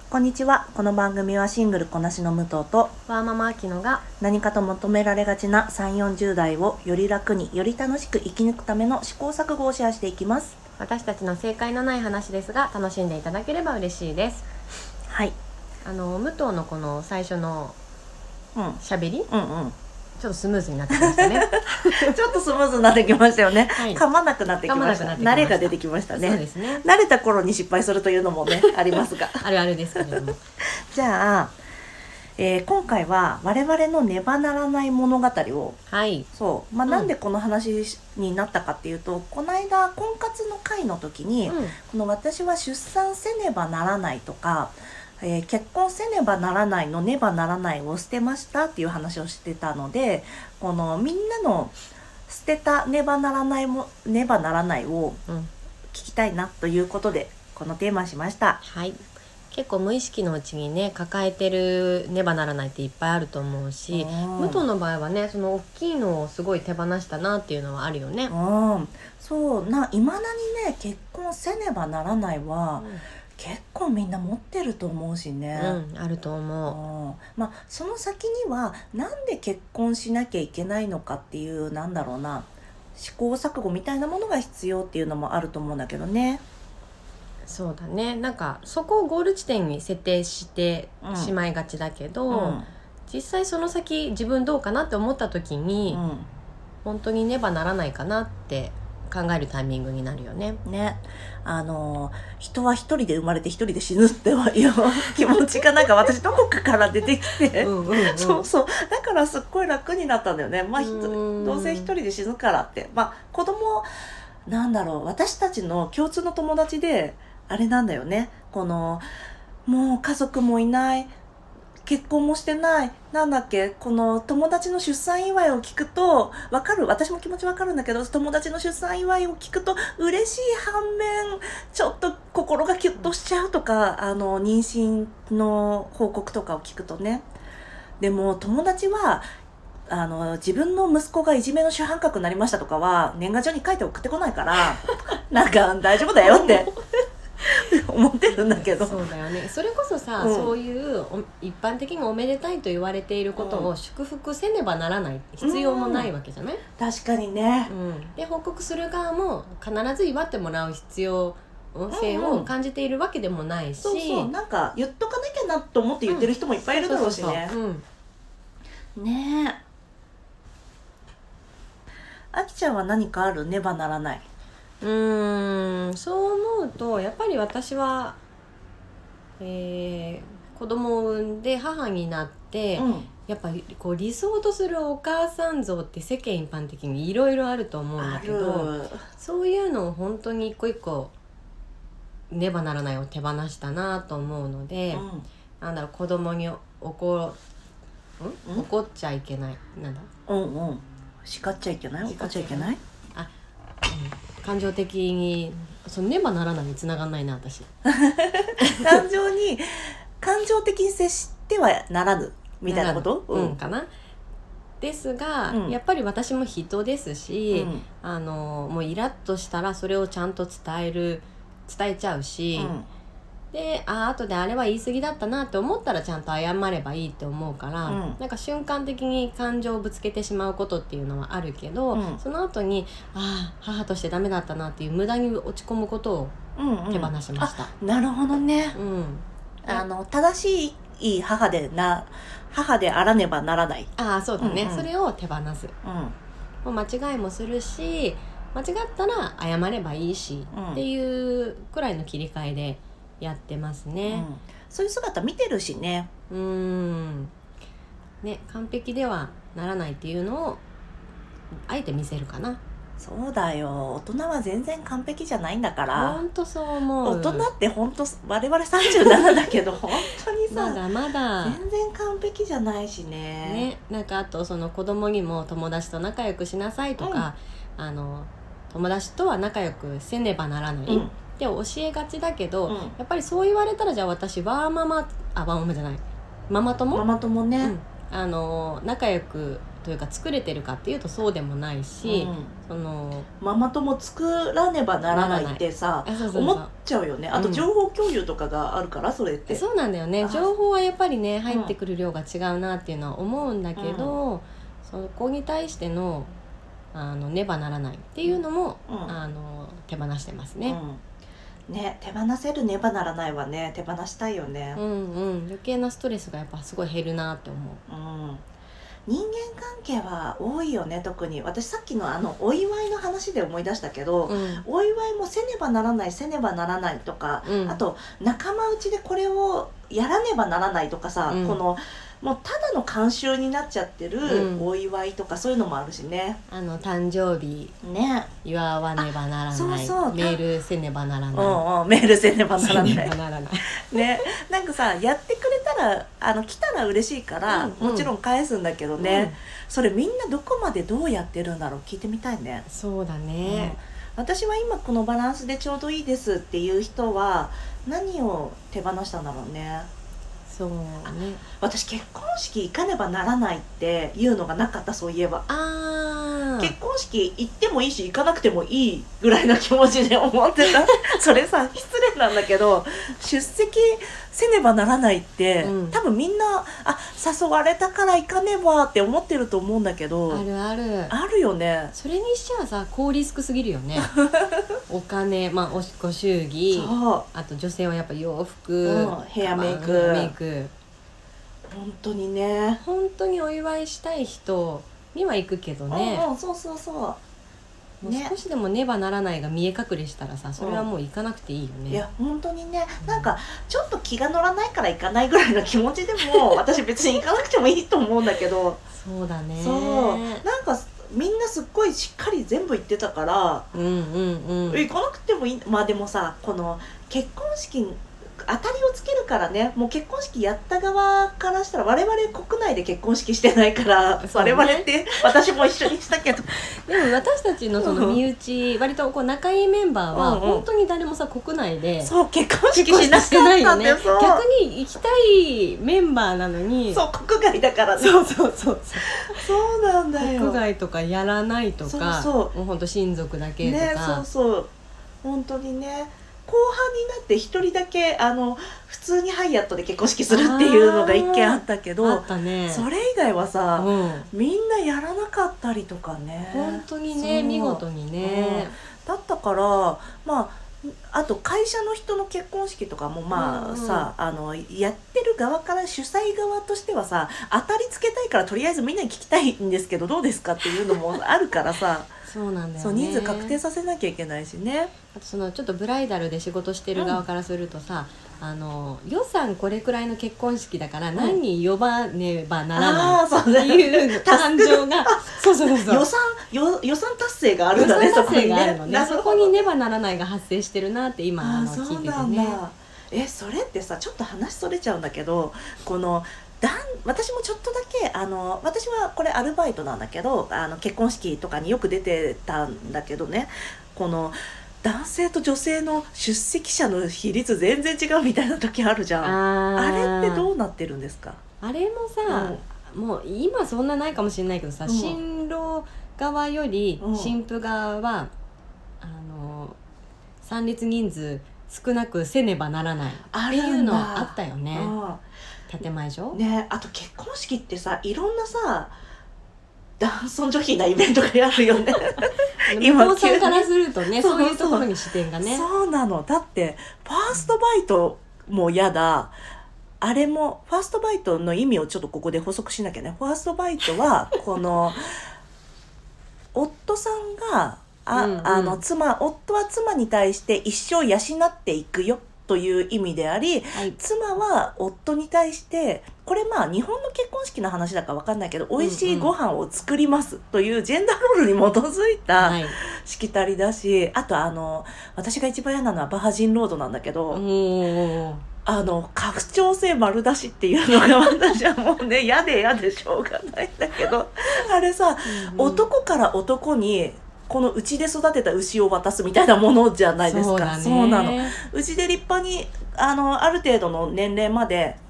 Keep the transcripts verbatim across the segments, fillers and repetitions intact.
こんにちは。この番組はシングルこなしの武藤とワーママアキノが何かと求められがちなさんじゅう、よんじゅう代をより楽により楽しく生き抜くための試行錯誤をシェアしていきます。 私たちの正解のない話ですが楽しんでいただければ嬉しいです。 はい。 あの武藤のこの最初のうんしゃべり、 うんうんちょっとスムーズになってきましたねちょっとスムーズになってきましたよね、 はい、 噛まなくなってきました。 噛まなくなってきました。 慣れが出てきましたね。 そうですね。 慣れた頃に失敗するというのもねありますがあるあるですけれどもじゃあ、えー、今回は我々のねばならない物語を、 はいそう、まあ、なんでこの話になったかっていうと、うん、この間婚活の会の時に、うん、この私は出産せねばならないとか、えー、結婚せねばならないのねばならないを捨てましたっていう話をしてたので、このみんなの捨てたねばならないもねばならないを聞きたいなということで、このテーマしました。 はい、結構無意識のうちにね抱えてるねばならないっていっぱいあると思うし、武藤の場合はねその大きいのをすごい手放したなっていうのはあるよね。 うん、そうな、いまだにね結婚せねばならないは、うん、結構みんな持ってると思うしね、 うん、あると思う、 うん、まあその先にはなんで結婚しなきゃいけないのかっていう、なんだろうな、試行錯誤みたいなものが必要っていうのもあると思うんだけどね。 そうだね、なんかそこをゴール地点に設定してしまいがちだけど、うんうん、実際その先自分どうかなって思った時に、うん、本当にねばならないかなって考えるタイミングになるよね。 ね、あの人は一人で生まれて一人で死ぬっていう気持ちがなんか私どこかから出てきてうんうん、うん、そうそう、だからすっごい楽になったんだよね。まあどうせ一人で死ぬからって、まあ子供なんだろう、私たちの共通の友達であれなんだよね、このもう家族もいない、結婚もしてない、なんだっけ、この友達の出産祝いを聞くとわかる、私も気持ちわかるんだけど、友達の出産祝いを聞くと嬉しい反面ちょっと心がキュッとしちゃうとか、あの妊娠の報告とかを聞くとね。でも友達はあの自分の息子がいじめの主犯格になりましたとかは年賀状に書いて送ってこないからなんか大丈夫だよって思ってるんだけど。 そうだよね。それこそさ、うん、そういう一般的におめでたいと言われていることを祝福せねばならない必要もないわけじゃない、うん、 確かにね、 うん、で報告する側も必ず祝ってもらう必要性を感じているわけでもないし、 うんうん、そうそう、なんか言っとかなきゃなと思って言ってる人もいっぱいいるだろうしね。ねえ、あきちゃんは何かあるねばならない？ うーん、そう思うとやっぱり私は、えー、子供を産んで母になって、うん、やっぱりこう理想とするお母さん像って世間一般的にいろいろあると思うんだけど、そういうのを本当に一個一個ねばならないを手放したなと思うので、うん、なんだろう、子供に怒ん、怒っちゃいけない、なんだ、 うんうん、叱っちゃいけない、怒っちゃいけない、 あ、うん、感情的にそのねばならないに繋がんないな私感情に感情的に接してはならぬみたいなこと、 うん、うん、かな。ですが、うん、やっぱり私も人ですし、うん、あのもうイラッとしたらそれをちゃんと伝える伝えちゃうし、うん、で、あ後であれは言い過ぎだったなって思ったらちゃんと謝ればいいって思うから、うん、なんか瞬間的に感情をぶつけてしまうことっていうのはあるけど、うん、その後にあ母としてダメだったなっていう無駄に落ち込むことを手放しました、 うんうん、なるほどね、うん、あの正しい母でな母であらねばならない。 ああそうだね、うんうん、それを手放す、うん、もう間違いもするし間違ったら謝ればいいし、うん、っていうくらいの切り替えでやってますね、うん、 そういう姿見てるしね。 うーんね、完璧ではならないっていうのをあえて見せるかな。 そうだよ、大人は全然完璧じゃないんだから。 ほんとそう思う。 大人ってほんと我々さんじゅうななだけど本当にさまだまだ全然完璧じゃないしね。 ね、なんかあとその子供にも友達と仲良くしなさいとか、うん、あの友達とは仲良くせねばならない、うん、って教えがちだけど、うん、やっぱりそう言われたらじゃあ私ワーママあワーママじゃないママ友ママ友ね、 うん、あの仲良くというか作れてるかっていうとそうでもないし、うん、そのママ友作らねばならないってさ思っちゃうよね。あと情報共有とかがあるから、それって、 うん、そうなんだよね。情報はやっぱりね入ってくる量が違うなっていうのは思うんだけど、うん、そこに対してのあのねばならないっていうのも、うん、あの手放してますね、 うん、ね、手放せるねばならないはね手放したいよね。 うんうん、余計なストレスがやっぱすごい減るなって思う、 うん、人間関係は多いよね。特に私さっきのあのお祝いの話で思い出したけど、うん、お祝いもせねばならないせねばならないとか、うん、あと仲間内でこれをやらねばならないとかさ、うん、このもうただの慣習になっちゃってるお祝いとかそういうのもあるしね、 うん、あの誕生日ね祝わねばならない、そうそうメールせねばならない、 うんうん、メールせねばならないならないね、なんかさやってくれたらあの来たら嬉しいから、うんうん、もちろん返すんだけどね、うん、それみんなどこまでどうやってるんだろう聞いてみたいね。 そうだね、 うん、私は今このバランスでちょうどいいですっていう人は何を手放したんだろうね。 そうね、 私結婚式行かねばならないっていうのがなかった。そういえばあ結婚式行ってもいいし行かなくてもいいぐらいの気持ちで思ってたそれさ失礼なんだけど出席せねばならないって、うん、多分みんなあ誘われたから行かねばって思ってると思うんだけど、 あるあるあるよね。 それにしちゃさ高リスクすぎるよねお金、まあ、おご祝儀、あと女性はやっぱ洋服、うん、 ヘアメイク、 メイク本当にね、 本当にお祝いしたい人には行くけどね、 うんうん、そうそうそう、 もう少しでもねばならないが見え隠れしたらさ、それはもう行かなくていいよね、うん、 いや本当にね、なんかちょっと気が乗らないから行かないぐらいの気持ちでも私別に行かなくてもいいと思うんだけどそうだね、 そうなんかみんなすっごいしっかり全部言ってたから、 うんうんうん、 行かなくてもいい。まあでもさ、この結婚式当たりをつけるからね、もう結婚式やった側からしたら我々国内で結婚式してないから、ね、我々って私も一緒にしたけどでも私たちのその身内、うん、割とこう仲いいメンバーは本当に誰もさ国内でそう結婚式しなかったんだよ。 逆に行きたいメンバーなのに、 そう国外だからね。 そうそうそうそうなんだよ。 国外とかやらないとか、そうそうもう本当親族だけとか、 ね、そうそう本当にね。後半になって一人だけあの普通にハイアットで結婚式するっていうのが一件あったけど、 あったね、それ以外はさ、 うん、 みんなやらなかったりとかね、 本当にね見事にね、 うん、だったからまああと会社の人の結婚式とかもまあさ、うんうん、あのやってる側から主催側としてはさ当たりつけたいからとりあえずみんなに聞きたいんですけどどうですかっていうのもあるからさそうなんだよね、 そう人数確定させなきゃいけないしね。 あとそのちょっとブライダルで仕事してる側からするとさ、うん、あの予算これくらいの結婚式だから何人呼ばねばならないっていう感情が、そうそうそうそう予算よ予算達成があるんだね。 予算達成があるのね。そこにねばならないが発生してるなって今あの聞いててね。 そうなんだ。えそれってさちょっと話それちゃうんだけど、このだん私もちょっとだけあの私はこれアルバイトなんだけど、あの結婚式とかによく出てたんだけどね、この男性と女性の出席者の比率全然違うみたいな時あるじゃん。 あ, あれってどうなってるんですか？ あれもさ、うん、もう今そんなないかもしれないけどさ、うん、新郎側より新婦側は、うん、あの参列人数少なくせねばならないっていうのあったよね。建前上ね。あと結婚式ってさいろんなさ男尊女卑なイベントがあるよね今向こうさんからするとねそういうところに視点がね。 そうなの。だってファーストバイトも嫌だ、あれもファーストバイトの意味をちょっとここで補足しなきゃね。ファーストバイトはこの夫さんがあ、うんうん、あの妻夫は妻に対して一生養っていくよという意味であり、はい、妻は夫に対してこれまあ日本の結婚式の話だか分かんないけど、美味しいご飯を作りますというジェンダーロールに基づいたしきたりだし、はい、あとあの私が一番嫌なのはバージンロードなんだけど、あの拡張性丸出しっていうのが私はもうね嫌で嫌でしょうがないんだけどあれさ、うん、男から男にこのうちで育てた牛を渡すみたいなものじゃないですか。そうだね。そうなの。うちで立派にあのある程度の年齢まで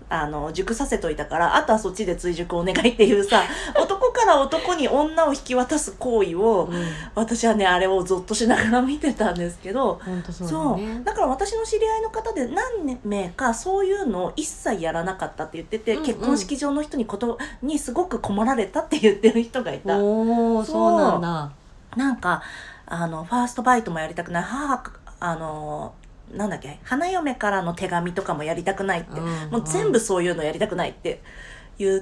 あの熟させといたからあとはそっちで追熟お願いっていうさ男から男に女を引き渡す行為を、うん、私はねあれをゾッとしながら見てたんですけど、 本当そうだね。 そうだから私の知り合いの方で何名かそういうのを一切やらなかったって言ってて、うんうん、結婚式場の人にことにすごく困られたって言ってる人がいた。 おー、そうなんだ。 なんかあのファーストバイトもやりたくない、母あのなんだっけ花嫁からの手紙とかもやりたくないって、うんうん、もう全部そういうのやりたくないって言って、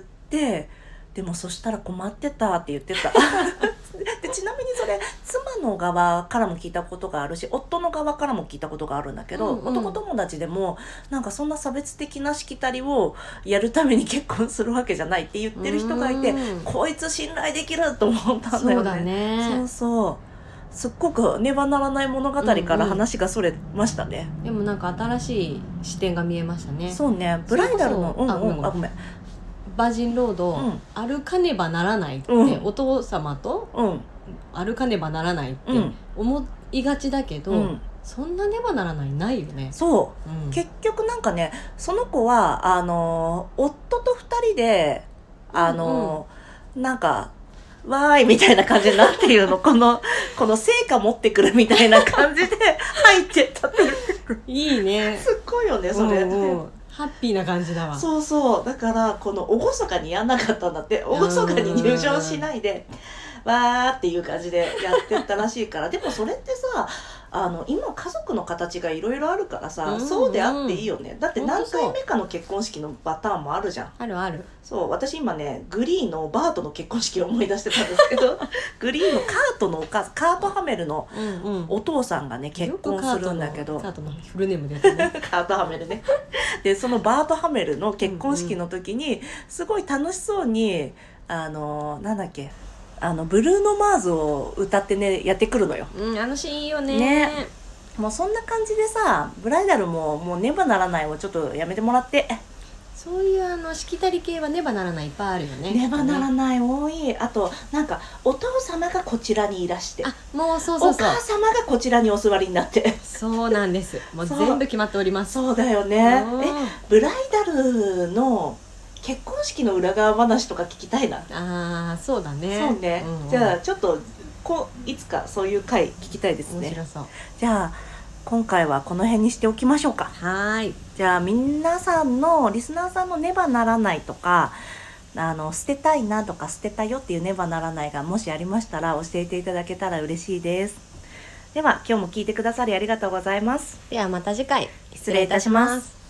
でもそしたら困ってたって言ってたでちなみにそれ妻の側からも聞いたことがあるし夫の側からも聞いたことがあるんだけど、うんうん、男友達でもなんかそんな差別的なしきたりをやるために結婚するわけじゃないって言ってる人がいて、こいつ信頼できると思ったんだよね。 そうだね。 そうそうすっごくねばならない物語から話がそれましたね、 うんうん、でもなんか新しい視点が見えましたね。 そうね、ブライダルのうんうん、あごめんバージンロード、うん、歩かねばならないって、うん、お父様と、うん、歩かねばならないって思いがちだけど、うん、そんなねばならないないよね。 そう、うん、結局なんかねその子はあの夫とふたりであの、うんうん、なんかわーいみたいな感じになっているのこのこの成果持ってくるみたいな感じで入ってったっていいね。 すっごいよねそれ。うんうん、 ハッピーな感じだわ。 そうそう、だからこの厳かにやんなかったんだって。厳かに入場しないでわーっていう感じでやってったらしいからでもそれってさあの今家族の形がいろいろあるからさ、うんうん、そうであっていいよね。だって何回目かの結婚式のパターンもあるじゃん。 あるある。 そう私今ねグリーのバートの結婚式を思い出してたんですけどグリーのカートのお母さんカートハメルのお父さんがね、うんうん、結婚するんだけどカートのフルネームですねカートハメルねでそのバートハメルの結婚式の時にすごい楽しそうにあのなんだっけあのブルーノ・マーズを歌ってねやってくるのよ、 うん、あのシーンいいよね。 ね、もうそんな感じでさブライダルももうねばならないをちょっとやめてもらって。 そういうあのしきたり系はねばならないいっぱいあるよね。 ねばならない多い。あとなんかお父様がこちらにいらして、 あもうそうそうそう、 お母様がこちらにお座りになってそうなんです。もう全部決まっております。 そうだよね。えブライダルの結婚式の裏側話とか聞きたいな。 ああそうだね。 そうね、うんうん、じゃあちょっとこういつかそういう回聞きたいですね。 面白そう。 じゃあ今回はこの辺にしておきましょうか。 はい。 じゃあ皆さんのリスナーさんのねばならないとかあの捨てたいなとか捨てたよっていうねばならないがもしありましたら教えていただけたら嬉しいです。では今日も聞いてくださりありがとうございます。 ではまた次回失礼いたします。